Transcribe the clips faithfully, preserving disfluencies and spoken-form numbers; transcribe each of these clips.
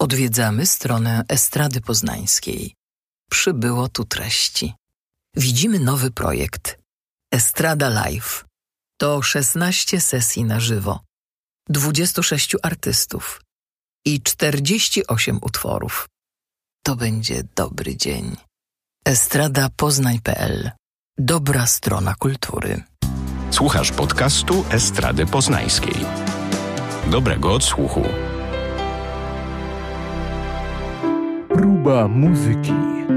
Odwiedzamy stronę Estrady Poznańskiej. Przybyło tu treści. Widzimy nowy projekt. Estrada Live. To szesnaście sesji na żywo, dwudziestu sześciu artystów i czterdzieści osiem utworów. To będzie dobry dzień. estrada poznań kropka p l. Dobra strona kultury. Słuchasz podcastu Estrady Poznańskiej. Dobrego odsłuchu. Próba muzyki.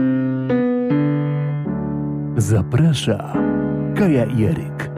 Zaprasza Kaja i Eryk.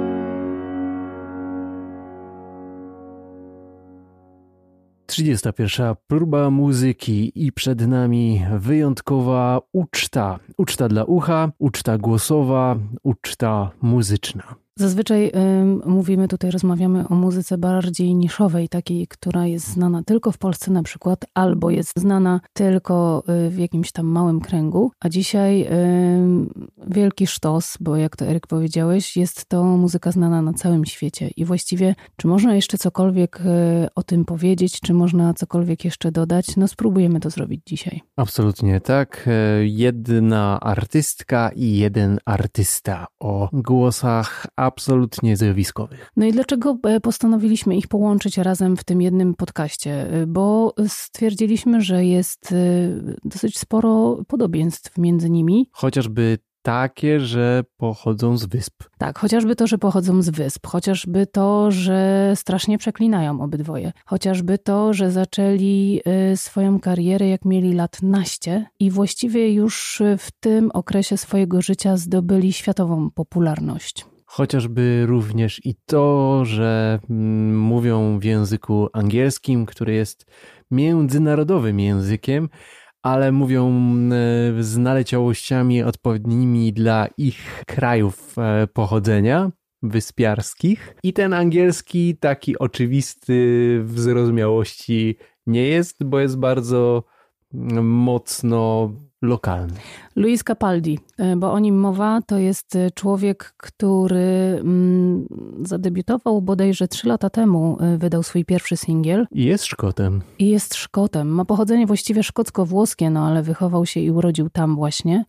trzydziesta pierwsza próba muzyki i przed nami wyjątkowa uczta. Uczta dla ucha, uczta głosowa, uczta muzyczna. Zazwyczaj y, mówimy tutaj, rozmawiamy o muzyce bardziej niszowej, takiej, która jest znana tylko w Polsce na przykład, albo jest znana tylko y, w jakimś tam małym kręgu, a dzisiaj y, wielki sztos, bo jak to Eryk powiedziałeś, jest to muzyka znana na całym świecie i właściwie, czy można jeszcze cokolwiek y, o tym powiedzieć, czy można cokolwiek jeszcze dodać? No spróbujemy to zrobić dzisiaj. Absolutnie tak. Jedna artystka i jeden artysta o głosach absolutnie zjawiskowych. No i dlaczego postanowiliśmy ich połączyć razem w tym jednym podcaście? Bo stwierdziliśmy, że jest dosyć sporo podobieństw między nimi. Chociażby takie, że pochodzą z wysp. Tak, chociażby to, że pochodzą z wysp, chociażby to, że strasznie przeklinają obydwoje, chociażby to, że zaczęli swoją karierę jak mieli lat naście i właściwie już w tym okresie swojego życia zdobyli światową popularność. Chociażby również i to, że mówią w języku angielskim, który jest międzynarodowym językiem, ale mówią z naleciałościami odpowiednimi dla ich krajów pochodzenia wyspiarskich. I ten angielski taki oczywisty w zrozumiałości nie jest, bo jest bardzo mocno lokalny. Luis Capaldi, bo o nim mowa, to jest człowiek, który zadebiutował bodajże trzy lata temu, wydał swój pierwszy singiel. I jest Szkotem. I jest Szkotem. Ma pochodzenie właściwie szkocko-włoskie, no ale wychował się i urodził tam właśnie.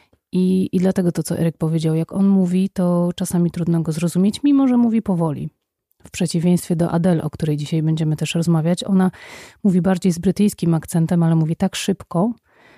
I, I dlatego to, co Eryk powiedział, jak on mówi, to czasami trudno go zrozumieć, mimo że mówi powoli. W przeciwieństwie do Adele, o której dzisiaj będziemy też rozmawiać, ona mówi bardziej z brytyjskim akcentem, ale mówi tak szybko,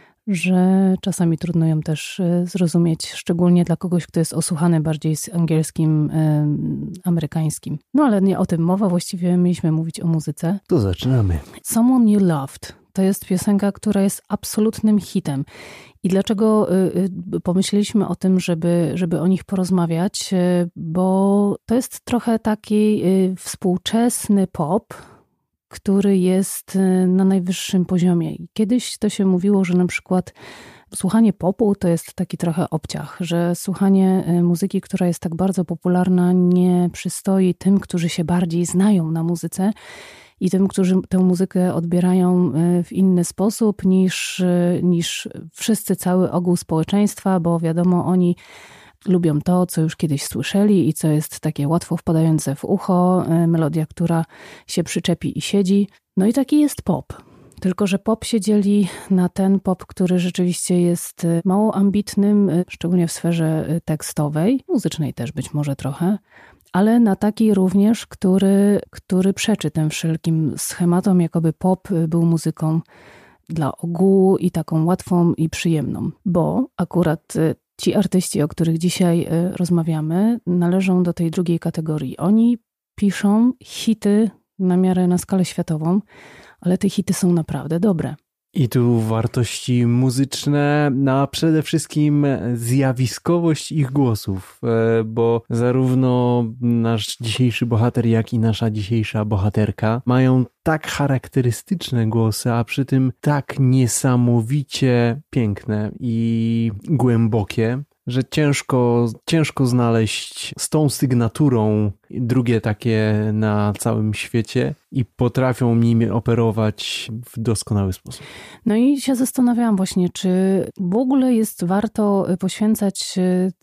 że czasami trudno ją też zrozumieć, szczególnie dla kogoś, kto jest osłuchany bardziej z angielskim, y, amerykańskim. No ale nie o tym mowa, właściwie mieliśmy mówić o muzyce. To zaczynamy. Someone You Loved to jest piosenka, która jest absolutnym hitem. I dlaczego y, y, pomyśleliśmy o tym, żeby, żeby o nich porozmawiać? Y, bo to jest trochę taki y, współczesny pop, który jest na najwyższym poziomie. I kiedyś to się mówiło, że na przykład słuchanie popu to jest taki trochę obciach, że słuchanie muzyki, która jest tak bardzo popularna, nie przystoi tym, którzy się bardziej znają na muzyce i tym, którzy tę muzykę odbierają w inny sposób niż, niż wszyscy, cały ogół społeczeństwa, bo wiadomo, oni lubią to, co już kiedyś słyszeli i co jest takie łatwo wpadające w ucho, melodia, która się przyczepi i siedzi. No i taki jest pop. Tylko że pop się dzieli na ten pop, który rzeczywiście jest mało ambitnym, szczególnie w sferze tekstowej, muzycznej też być może trochę, ale na taki również, który, który przeczy tym wszelkim schematom, jakoby pop był muzyką dla ogółu i taką łatwą i przyjemną. Bo akurat ci artyści, o których dzisiaj rozmawiamy, należą do tej drugiej kategorii. Oni piszą hity na miarę na skalę światową, ale te hity są naprawdę dobre. I tu wartości muzyczne, no a przede wszystkim zjawiskowość ich głosów, bo zarówno nasz dzisiejszy bohater, jak i nasza dzisiejsza bohaterka mają tak charakterystyczne głosy, a przy tym tak niesamowicie piękne i głębokie, że ciężko, ciężko znaleźć z tą sygnaturą drugie takie na całym świecie i potrafią nimi operować w doskonały sposób. No i się zastanawiałam właśnie, czy w ogóle jest warto poświęcać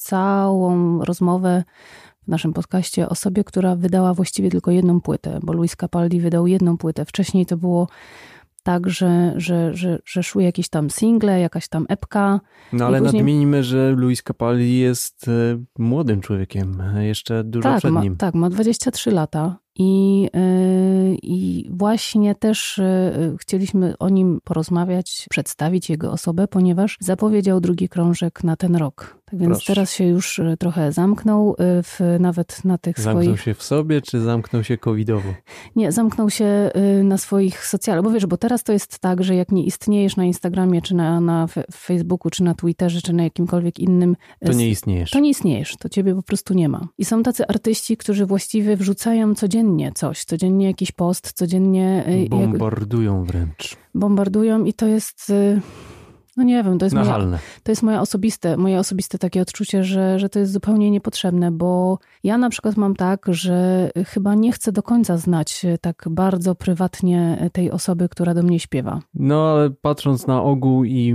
całą rozmowę w naszym podcaście osobie, która wydała właściwie tylko jedną płytę, bo Luis Capaldi wydał jedną płytę. Wcześniej to było tak, że, że, że, że szły jakieś tam single, jakaś tam epka. No ale później... nadmieńmy, że Lewis Capaldi jest młodym człowiekiem, jeszcze dużo tak, przed ma, nim. Tak, ma dwadzieścia trzy lata. I, yy, I właśnie też yy, chcieliśmy o nim porozmawiać, przedstawić jego osobę, ponieważ zapowiedział drugi krążek na ten rok. Tak więc Proszę. Teraz się już trochę zamknął, w, nawet na tych zamknął swoich... Zamknął się w sobie, czy zamknął się covidowo? Nie, zamknął się na swoich socjalach, bo wiesz, bo teraz to jest tak, że jak nie istniejesz na Instagramie, czy na, na Facebooku, czy na Twitterze, czy na jakimkolwiek innym... To nie istniejesz. To nie istniejesz, to ciebie po prostu nie ma. I są tacy artyści, którzy właściwie wrzucają codziennie coś, codziennie jakiś post, codziennie... Bombardują wręcz. Bombardują i to jest... No nie wiem, to jest, moja, to jest moje osobiste, moje osobiste takie odczucie, że, że to jest zupełnie niepotrzebne, bo ja na przykład mam tak, że chyba nie chcę do końca znać tak bardzo prywatnie tej osoby, która do mnie śpiewa. No ale patrząc na ogół i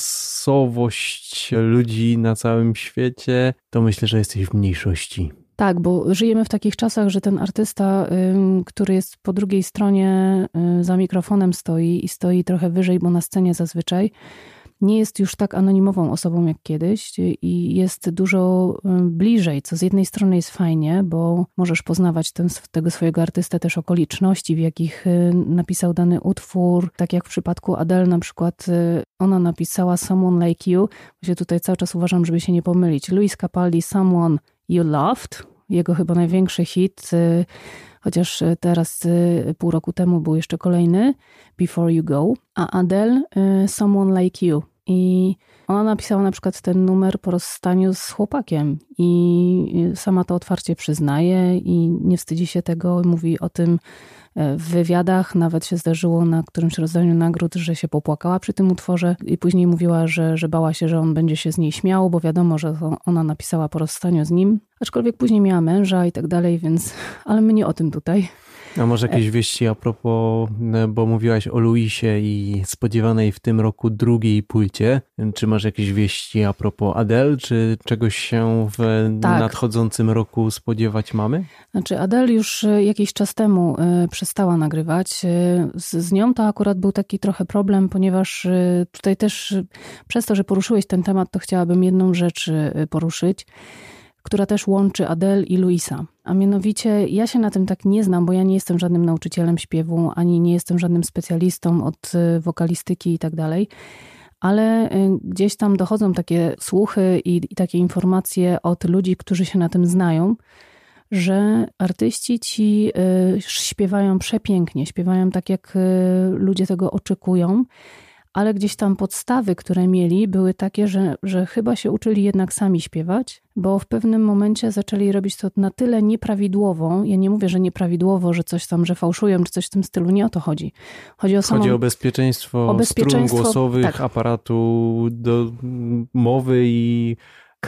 masowość ludzi na całym świecie, to myślę, że jesteś w mniejszości. Tak, bo żyjemy w takich czasach, że ten artysta, który jest po drugiej stronie, za mikrofonem stoi i stoi trochę wyżej, bo na scenie zazwyczaj, nie jest już tak anonimową osobą jak kiedyś i jest dużo bliżej, co z jednej strony jest fajnie, bo możesz poznawać ten, tego swojego artystę, też okoliczności, w jakich napisał dany utwór. Tak jak w przypadku Adele na przykład, ona napisała Someone Like You. Właśnie tutaj cały czas uważam, żeby się nie pomylić. Lewis Capaldi, Someone You Loved, jego chyba największy hit, chociaż teraz pół roku temu był jeszcze kolejny, Before You Go, a Adele Someone Like You. I ona napisała na przykład ten numer po rozstaniu z chłopakiem i sama to otwarcie przyznaje i nie wstydzi się tego, mówi o tym w wywiadach, nawet się zdarzyło na którymś rozdaniu nagród, że się popłakała przy tym utworze i później mówiła, że, że bała się, że on będzie się z niej śmiał, bo wiadomo, że ona napisała po rozstaniu z nim, aczkolwiek później miała męża i tak dalej, więc, ale my nie o tym tutaj. A może jakieś wieści a propos, bo mówiłaś o Lewisie i spodziewanej w tym roku drugiej płycie. Czy masz jakieś wieści a propos Adele, czy czegoś się w tak. nadchodzącym roku spodziewać mamy? Znaczy Adele już jakiś czas temu przestała nagrywać. Z, z nią to akurat był taki trochę problem, ponieważ tutaj też przez to, że poruszyłeś ten temat, to chciałabym jedną rzecz poruszyć, która też łączy Adele i Lewisa. A mianowicie ja się na tym tak nie znam, bo ja nie jestem żadnym nauczycielem śpiewu, ani nie jestem żadnym specjalistą od wokalistyki i tak dalej, ale gdzieś tam dochodzą takie słuchy i, i takie informacje od ludzi, którzy się na tym znają, że artyści ci y, śpiewają przepięknie, śpiewają tak, jak y, ludzie tego oczekują, ale gdzieś tam podstawy, które mieli, były takie, że, że chyba się uczyli jednak sami śpiewać, bo w pewnym momencie zaczęli robić to na tyle nieprawidłowo. Ja nie mówię, że nieprawidłowo, że coś tam, że fałszują, czy coś w tym stylu. Nie o to chodzi. Chodzi o, samą... chodzi o bezpieczeństwo, o bezpieczeństwo strun głosowych, tak. aparatu do mowy i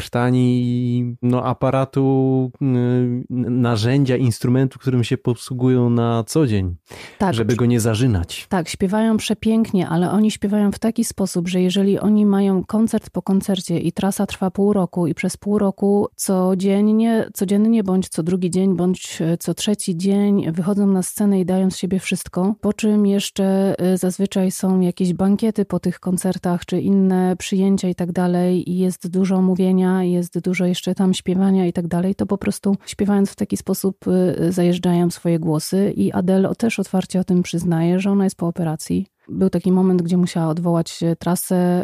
krtani, no aparatu, narzędzia, instrumentu, którym się posługują na co dzień, tak, żeby go nie zażynać. Tak, śpiewają przepięknie, ale oni śpiewają w taki sposób, że jeżeli oni mają koncert po koncercie i trasa trwa pół roku i przez pół roku codziennie, codziennie bądź co drugi dzień, bądź co trzeci dzień wychodzą na scenę i dają z siebie wszystko, po czym jeszcze zazwyczaj są jakieś bankiety po tych koncertach, czy inne przyjęcia i tak dalej i jest dużo mówienia, jest dużo jeszcze tam śpiewania i tak dalej, to po prostu śpiewając w taki sposób zajeżdżają swoje głosy i Adele też otwarcie o tym przyznaje, że ona jest po operacji. Był taki moment, gdzie musiała odwołać trasę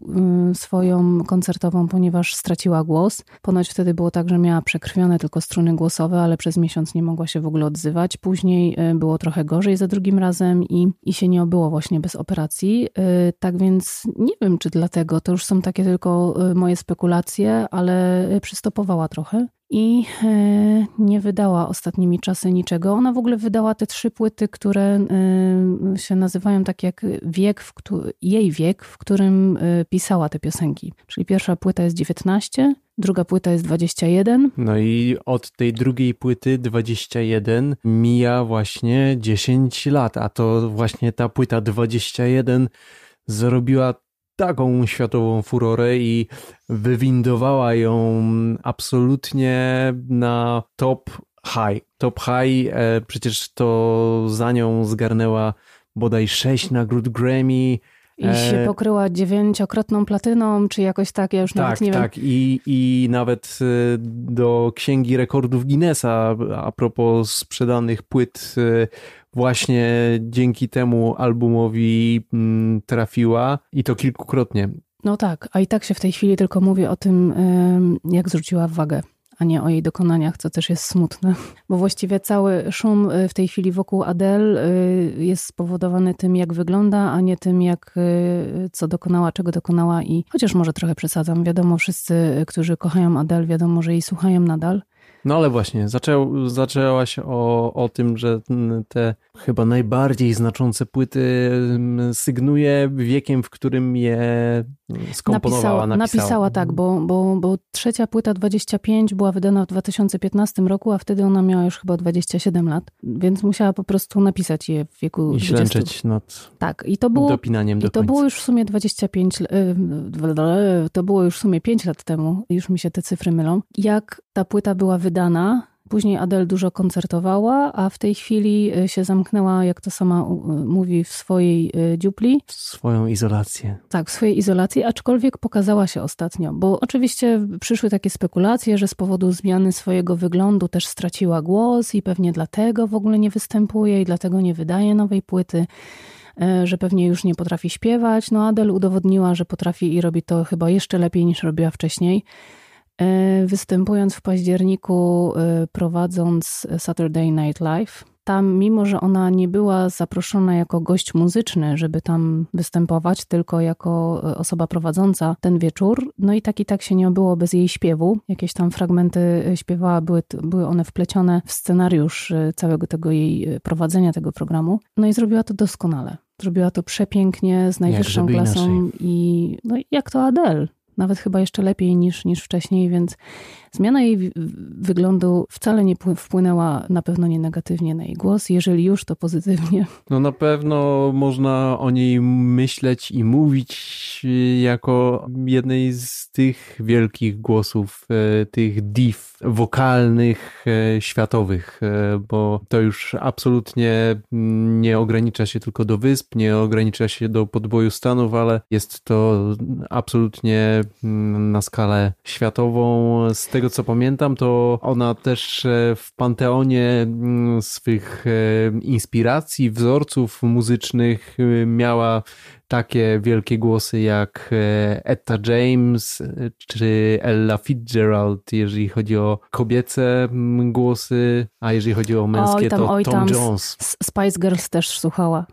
swoją koncertową, ponieważ straciła głos. Ponoć wtedy było tak, że miała przekrwione tylko struny głosowe, ale przez miesiąc nie mogła się w ogóle odzywać. Później było trochę gorzej za drugim razem i, i się nie obyło właśnie bez operacji. Tak więc nie wiem, czy dlatego, to już są takie tylko moje spekulacje, ale przystopowała trochę. I nie wydała ostatnimi czasy niczego. Ona w ogóle wydała te trzy płyty, które się nazywają tak jak wiek, w któ- jej wiek, w którym pisała te piosenki. Czyli pierwsza płyta jest dziewiętnaście, druga płyta jest dwadzieścia jeden. No i od tej drugiej płyty dwadzieścia jeden mija właśnie dziesięć lat, a to właśnie ta płyta dwadzieścia jeden zrobiła taką światową furorę i wywindowała ją absolutnie na top high. Top high, przecież to za nią zgarnęła bodaj sześć nagród Grammy. I się pokryła dziewięciokrotną platyną, czy jakoś tak, ja już tak, nawet nie tak. wiem. Tak, I, i nawet do Księgi Rekordów Guinnessa a propos sprzedanych płyt właśnie dzięki temu albumowi trafiła i to kilkukrotnie. No tak, a i tak się w tej chwili tylko mówi o tym, jak zwróciła wagę, a nie o jej dokonaniach, co też jest smutne. Bo właściwie cały szum w tej chwili wokół Adele jest spowodowany tym, jak wygląda, a nie tym, jak co dokonała, czego dokonała. I chociaż może trochę przesadzam, wiadomo, wszyscy, którzy kochają Adele, wiadomo, że jej słuchają nadal. No ale właśnie, zaczęł, zaczęłaś o, o tym, że te chyba najbardziej znaczące płyty sygnuje wiekiem, w którym je skomponowała, napisała. Napisała, napisała tak, bo, bo, bo trzecia płyta dwadzieścia pięć była wydana w dwa tysiące piętnastym roku, a wtedy ona miała już chyba dwadzieścia siedem lat, więc musiała po prostu napisać je w wieku I dwudziestu. ślęczeć nad tak, i to było, dopinaniem do i to końca. było już w sumie dwadzieścia pięć, to było już w sumie pięć lat temu, już mi się te cyfry mylą, jak ta płyta była wydana. Później Adele dużo koncertowała, a w tej chwili się zamknęła, jak to sama mówi, w swojej dziupli. W swoją izolację. Tak, w swojej izolacji, aczkolwiek pokazała się ostatnio, bo oczywiście przyszły takie spekulacje, że z powodu zmiany swojego wyglądu też straciła głos i pewnie dlatego w ogóle nie występuje i dlatego nie wydaje nowej płyty, że pewnie już nie potrafi śpiewać. No Adele udowodniła, że potrafi i robi to chyba jeszcze lepiej niż robiła wcześniej. Występując w październiku, prowadząc Saturday Night Live, tam mimo, że ona nie była zaproszona jako gość muzyczny, żeby tam występować, tylko jako osoba prowadząca ten wieczór, no i tak i tak się nie obyło bez jej śpiewu. Jakieś tam fragmenty śpiewała, były, były one wplecione w scenariusz całego tego jej prowadzenia tego programu. No i zrobiła to doskonale. Zrobiła to przepięknie, z najwyższą klasą inaczej. I no jak to Adele. Nawet chyba jeszcze lepiej niż, niż wcześniej, więc zmiana jej wyglądu wcale nie wpłynęła na pewno nie negatywnie na jej głos, jeżeli już, to pozytywnie. No na pewno można o niej myśleć i mówić jako jednej z tych wielkich głosów, tych div wokalnych, światowych, bo to już absolutnie nie ogranicza się tylko do wysp, nie ogranicza się do podboju Stanów, ale jest to absolutnie na skalę światową. Z tego co pamiętam, to ona też w panteonie swych inspiracji, wzorców muzycznych miała takie wielkie głosy jak Etta James czy Ella Fitzgerald, jeżeli chodzi o kobiece głosy, a jeżeli chodzi o męskie, oj tam, to oj Tom tam. Jones. Spice Girls też słuchała.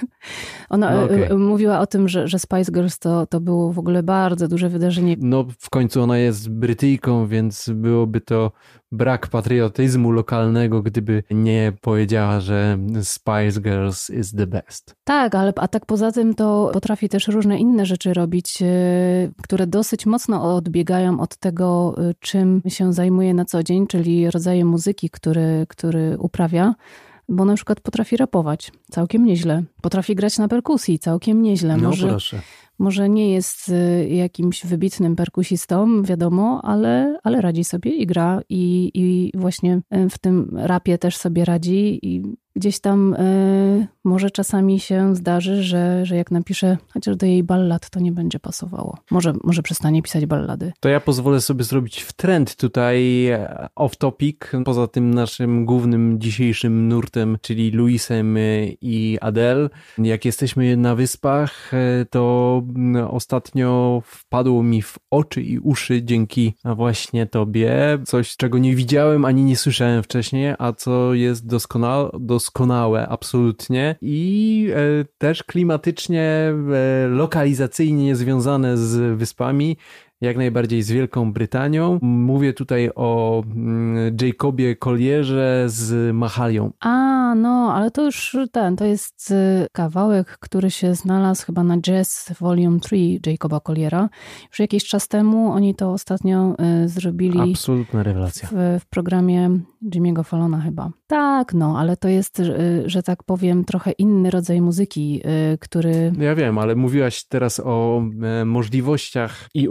Ona no okay. mówiła o tym, że, że Spice Girls to, to było w ogóle bardzo duże wydarzenie. No w końcu ona jest Brytyjką, więc byłoby to brak patriotyzmu lokalnego, gdyby nie powiedziała, że Spice Girls is the best. Tak, ale a tak poza tym to potrafi też różne inne rzeczy robić, które dosyć mocno odbiegają od tego, czym się zajmuje na co dzień, czyli rodzaje muzyki, który, który uprawia. Bo na przykład potrafi rapować całkiem nieźle. Potrafi grać na perkusji całkiem nieźle. No może, proszę. Może nie jest jakimś wybitnym perkusistą, wiadomo, ale, ale radzi sobie i gra. I, i właśnie w tym rapie też sobie radzi. I gdzieś tam y, może czasami się zdarzy, że, że jak napisze chociaż do jej ballad, to nie będzie pasowało. Może, może przestanie pisać ballady. To ja pozwolę sobie zrobić wtręt tutaj off topic, poza tym naszym głównym dzisiejszym nurtem, czyli Louisem i Adele. Jak jesteśmy na wyspach, to ostatnio wpadło mi w oczy i uszy dzięki właśnie tobie coś, czego nie widziałem ani nie słyszałem wcześniej, a co jest doskonałe, doskonałe absolutnie i e, też klimatycznie, e, lokalizacyjnie związane z wyspami, jak najbardziej z Wielką Brytanią. Mówię tutaj o mm, Jacobie Collierze z Mahalią. A, no, ale to już ten, to jest kawałek, który się znalazł chyba na Jazz Volume trzy Jacoba Colliera. Już jakiś czas temu oni to ostatnio y, zrobili. Absolutna rewelacja. W, w programie Jimmy'ego Fallona chyba. Tak, no, ale to jest, y, że tak powiem, trochę inny rodzaj muzyki, y, który... Ja wiem, ale mówiłaś teraz o e, możliwościach i umiejętnościach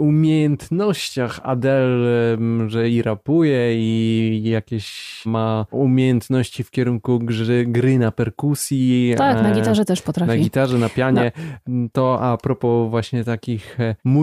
umiejętnościach Adele, że i rapuje, i jakieś ma umiejętności w kierunku gry, gry na perkusji. Tak, na gitarze też potrafi. Na gitarze, na pianie. No. To a propos właśnie takich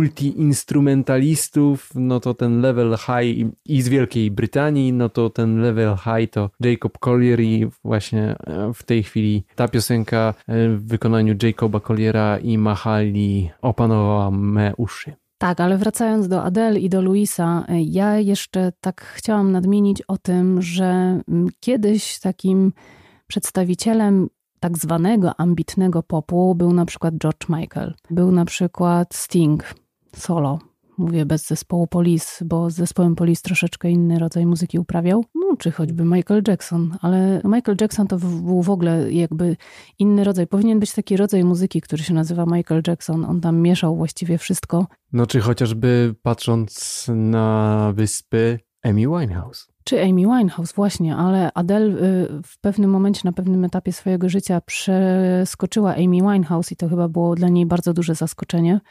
multi-instrumentalistów, no to ten level high i z Wielkiej Brytanii, no to ten level high to Jacob Collier i właśnie w tej chwili ta piosenka w wykonaniu Jacoba Colliera i Mahali opanowała me uszy. Tak, ale wracając do Adele i do Louisa, ja jeszcze tak chciałam nadmienić o tym, że kiedyś takim przedstawicielem tak zwanego ambitnego popu był na przykład George Michael, był na przykład Sting solo. Mówię bez zespołu Police, bo z zespołem Police troszeczkę inny rodzaj muzyki uprawiał. No, czy choćby Michael Jackson, ale Michael Jackson to był w ogóle jakby inny rodzaj. Powinien być taki rodzaj muzyki, który się nazywa Michael Jackson. On tam mieszał właściwie wszystko. No, czy chociażby patrząc na wyspy Amy Winehouse. Czy Amy Winehouse, właśnie, ale Adele w pewnym momencie, na pewnym etapie swojego życia przeskoczyła Amy Winehouse i to chyba było dla niej bardzo duże zaskoczenie.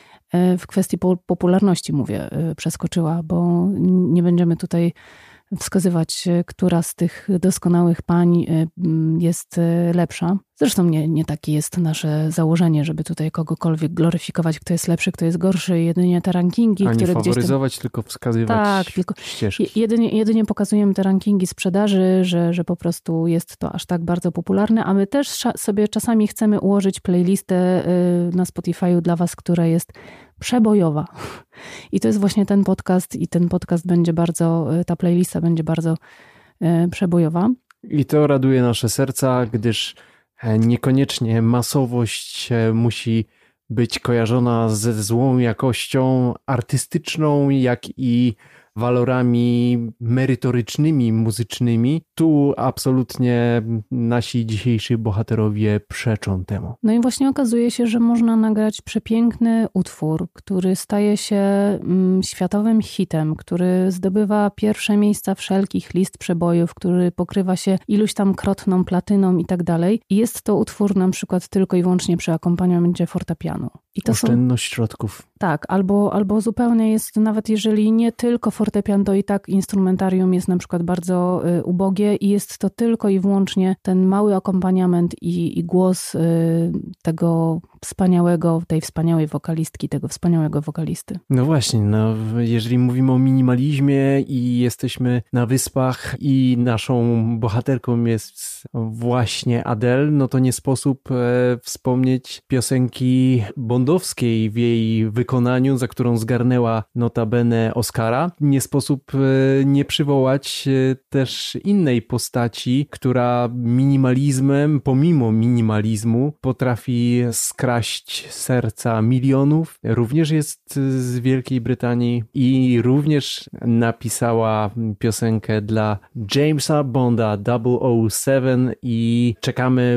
W kwestii popularności, mówię, przeskoczyła, bo nie będziemy tutaj wskazywać, która z tych doskonałych pań jest lepsza. Zresztą nie, nie takie jest nasze założenie, żeby tutaj kogokolwiek gloryfikować, kto jest lepszy, kto jest gorszy. Jedynie te rankingi, A które nie faworyzować, gdzieś tam... tylko wskazywać tak, tylko ścieżki. Jedynie, jedynie pokazujemy te rankingi sprzedaży, że, że po prostu jest to aż tak bardzo popularne, a my też sobie czasami chcemy ułożyć playlistę na Spotify'u dla was, która jest przebojowa. I to jest właśnie ten podcast i ten podcast będzie bardzo, ta playlista będzie bardzo przebojowa. I to raduje nasze serca, gdyż niekoniecznie masowość musi być kojarzona ze złą jakością artystyczną, jak i walorami merytorycznymi, muzycznymi. Tu absolutnie nasi dzisiejsi bohaterowie przeczą temu. No i właśnie okazuje się, że można nagrać przepiękny utwór, który staje się mm, światowym hitem, który zdobywa pierwsze miejsca wszelkich list przebojów, który pokrywa się iluś tam krotną platyną i tak dalej. I jest to utwór na przykład tylko i wyłącznie przy akompaniamencie fortepianu. I to Oszczędność są... środków. Tak, albo, albo zupełnie jest, nawet jeżeli nie tylko fortepian, to i tak instrumentarium jest na przykład bardzo y, ubogie i jest to tylko i wyłącznie ten mały akompaniament i, i głos y, tego wspaniałego, tej wspaniałej wokalistki, tego wspaniałego wokalisty. No właśnie, no, jeżeli mówimy o minimalizmie i jesteśmy na wyspach i naszą bohaterką jest właśnie Adele, no to nie sposób e, wspomnieć piosenki bondowskiej w jej wykonaniu, za którą zgarnęła notabene Oscara. Nie sposób e, nie przywołać e, też innej postaci, która minimalizmem, pomimo minimalizmu, potrafi skraść serca milionów. Również jest z Wielkiej Brytanii i również napisała piosenkę dla Jamesa Bonda double oh seven i czekamy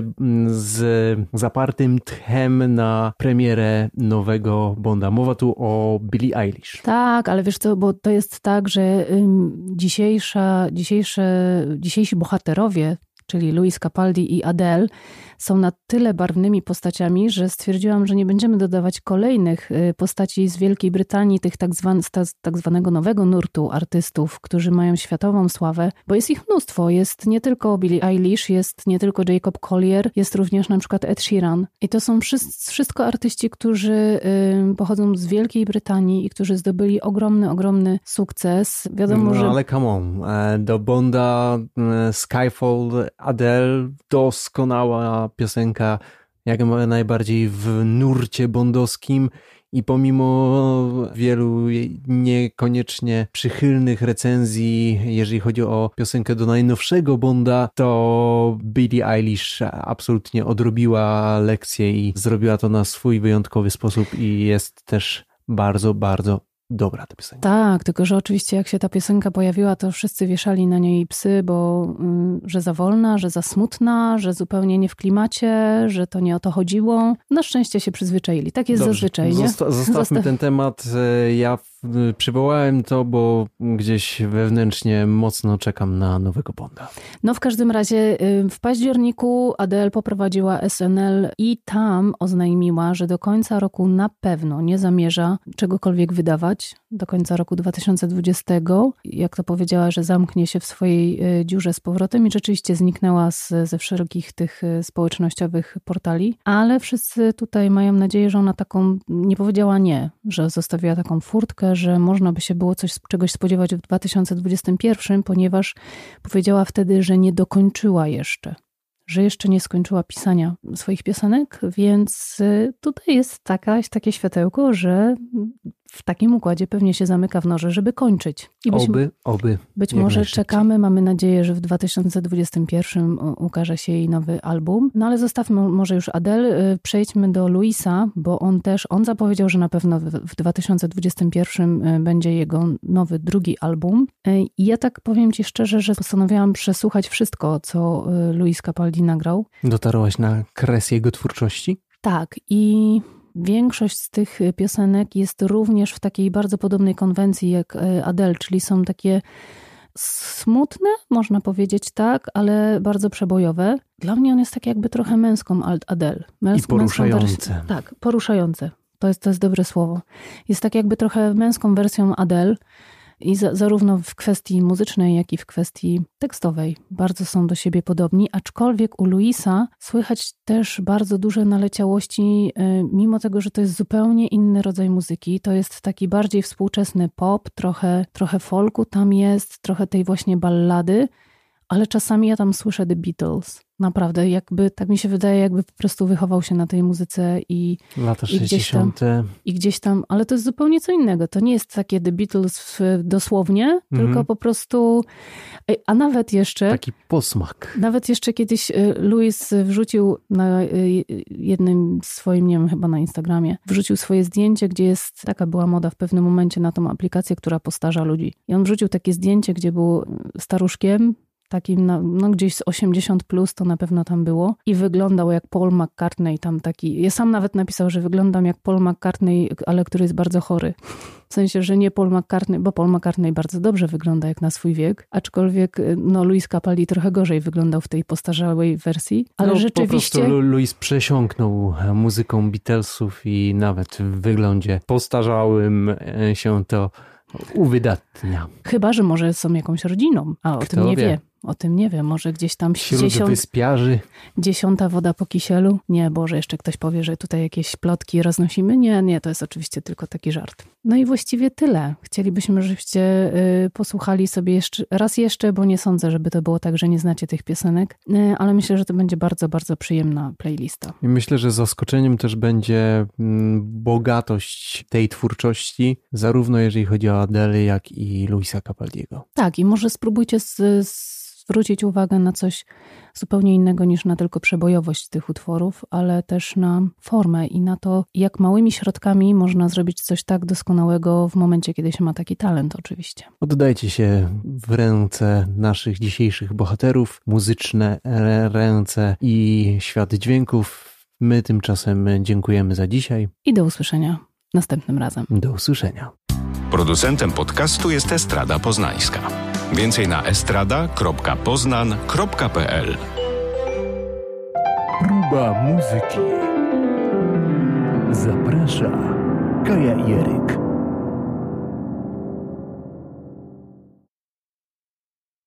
z zapartym tchem na premierę nowego Bonda. Mowa tu o Billie Eilish. Tak, ale wiesz co, bo to jest tak, że dzisiejsza, dzisiejsze, dzisiejsi bohaterowie, czyli Lewis Capaldi i Adele, są na tyle barwnymi postaciami, że stwierdziłam, że nie będziemy dodawać kolejnych postaci z Wielkiej Brytanii, tych tak, zwan, tak zwanego nowego nurtu artystów, którzy mają światową sławę, bo jest ich mnóstwo. Jest nie tylko Billie Eilish, jest nie tylko Jacob Collier, jest również na przykład Ed Sheeran. I to są wszystko artyści, którzy pochodzą z Wielkiej Brytanii i którzy zdobyli ogromny, ogromny sukces. Wiadomo, no, że... ale come on, do Bonda, Skyfall, Adele, doskonała piosenka, jak najbardziej w nurcie bondowskim i pomimo wielu niekoniecznie przychylnych recenzji, jeżeli chodzi o piosenkę do najnowszego Bonda, to Billie Eilish absolutnie odrobiła lekcję i zrobiła to na swój wyjątkowy sposób i jest też bardzo, bardzo dobra ta piosenka. Tak, tylko że oczywiście jak się ta piosenka pojawiła, to wszyscy wieszali na niej psy, bo y, że za wolna, że za smutna, że zupełnie nie w klimacie, że to nie o to chodziło. Na szczęście się przyzwyczaili. Tak jest Dobrze. zazwyczaj, nie? Zosta- zostawmy Zostaw... ten temat. Ja przywołałem to, bo gdzieś wewnętrznie mocno czekam na nowego Bonda. No w każdym razie w październiku Adele poprowadziła S N L i tam oznajmiła, że do końca roku na pewno nie zamierza czegokolwiek wydawać. Do końca roku dwa tysiące dwudziestego. Jak to powiedziała, że zamknie się w swojej dziurze z powrotem i rzeczywiście zniknęła z, ze wszelkich tych społecznościowych portali. Ale wszyscy tutaj mają nadzieję, że ona taką nie powiedziała nie, że zostawiła taką furtkę, że można by się było coś, czegoś spodziewać w dwa tysiące dwudziestym pierwszym, ponieważ powiedziała wtedy, że nie dokończyła jeszcze. że jeszcze nie skończyła pisania swoich piosenek, więc tutaj jest taka, takie światełko, że w takim układzie pewnie się zamyka w norze, żeby kończyć. I być, oby, oby. Być może czekamy, mamy nadzieję, że w dwa tysiące dwudziestym pierwszym ukaże się jej nowy album. No ale zostawmy może już Adele, przejdźmy do Louisa, bo on też, on zapowiedział, że na pewno w dwa tysiące dwudziestym pierwszym będzie jego nowy, drugi album. I ja tak powiem ci szczerze, że postanowiłam przesłuchać wszystko, co Louis Capaldi nagrał. Dotarłaś na kres jego twórczości? Tak i większość z tych piosenek jest również w takiej bardzo podobnej konwencji jak Adele, czyli są takie smutne, można powiedzieć tak, ale bardzo przebojowe. Dla mnie on jest tak jakby trochę męską Adele. Męs- I poruszające. Wersją, tak, poruszające. To jest, to jest dobre słowo. Jest tak jakby trochę męską wersją Adele. I za, zarówno w kwestii muzycznej, jak i w kwestii tekstowej bardzo są do siebie podobni, aczkolwiek u Louisa słychać też bardzo duże naleciałości, mimo tego, że to jest zupełnie inny rodzaj muzyki. To jest taki bardziej współczesny pop, trochę, trochę folku tam jest, trochę tej właśnie ballady, ale czasami ja tam słyszę The Beatles. Naprawdę, jakby, tak mi się wydaje, jakby po prostu wychował się na tej muzyce i lata i gdzieś tam, i gdzieś tam, ale to jest zupełnie co innego. To nie jest takie The Beatles w, dosłownie, mm. tylko po prostu, a nawet jeszcze... Taki posmak. Nawet jeszcze kiedyś Louis wrzucił na jednym swoim, nie wiem, chyba na Instagramie, wrzucił swoje zdjęcie, gdzie jest, taka była moda w pewnym momencie na tą aplikację, która postarza ludzi. I on wrzucił takie zdjęcie, gdzie był staruszkiem, takim, no, no gdzieś z osiemdziesiąt plus to na pewno tam było i wyglądał jak Paul McCartney tam taki, ja sam nawet napisał, że wyglądam jak Paul McCartney, ale który jest bardzo chory. W sensie, że nie Paul McCartney, bo Paul McCartney bardzo dobrze wygląda jak na swój wiek, aczkolwiek no Louis Capaldi trochę gorzej wyglądał w tej postarzałej wersji, ale no, rzeczywiście... Po prostu Louis przesiąknął muzyką Beatlesów i nawet w wyglądzie postarzałym się to uwydatnia. Chyba, że może są jakąś rodziną, a o Kto tym nie wie. wie. O tym nie wiem, może gdzieś tam Wśród dziesiąt, wyspiarzy. dziesiąta woda po kisielu. Nie, Boże, jeszcze ktoś powie, że tutaj jakieś plotki roznosimy. Nie, nie, to jest oczywiście tylko taki żart. No i właściwie tyle. Chcielibyśmy, żebyście y, posłuchali sobie jeszcze raz jeszcze, bo nie sądzę, żeby to było tak, że nie znacie tych piosenek, y, ale myślę, że to będzie bardzo, bardzo przyjemna playlista. I myślę, że zaskoczeniem też będzie mm, bogatość tej twórczości, zarówno jeżeli chodzi o Adele, jak i Louisa Capaldiego. Tak, i może spróbujcie z, z zwrócić uwagę na coś zupełnie innego niż na tylko przebojowość tych utworów, ale też na formę i na to, jak małymi środkami można zrobić coś tak doskonałego w momencie, kiedy się ma taki talent oczywiście. Oddajcie się w ręce naszych dzisiejszych bohaterów, muzyczne ręce i świat dźwięków. My tymczasem dziękujemy za dzisiaj. I do usłyszenia następnym razem. Do usłyszenia. Producentem podcastu jest Estrada Poznańska. Więcej na estrada kropka poznan kropka p l. Próba muzyki. Zaprasza Kaja Jeryk.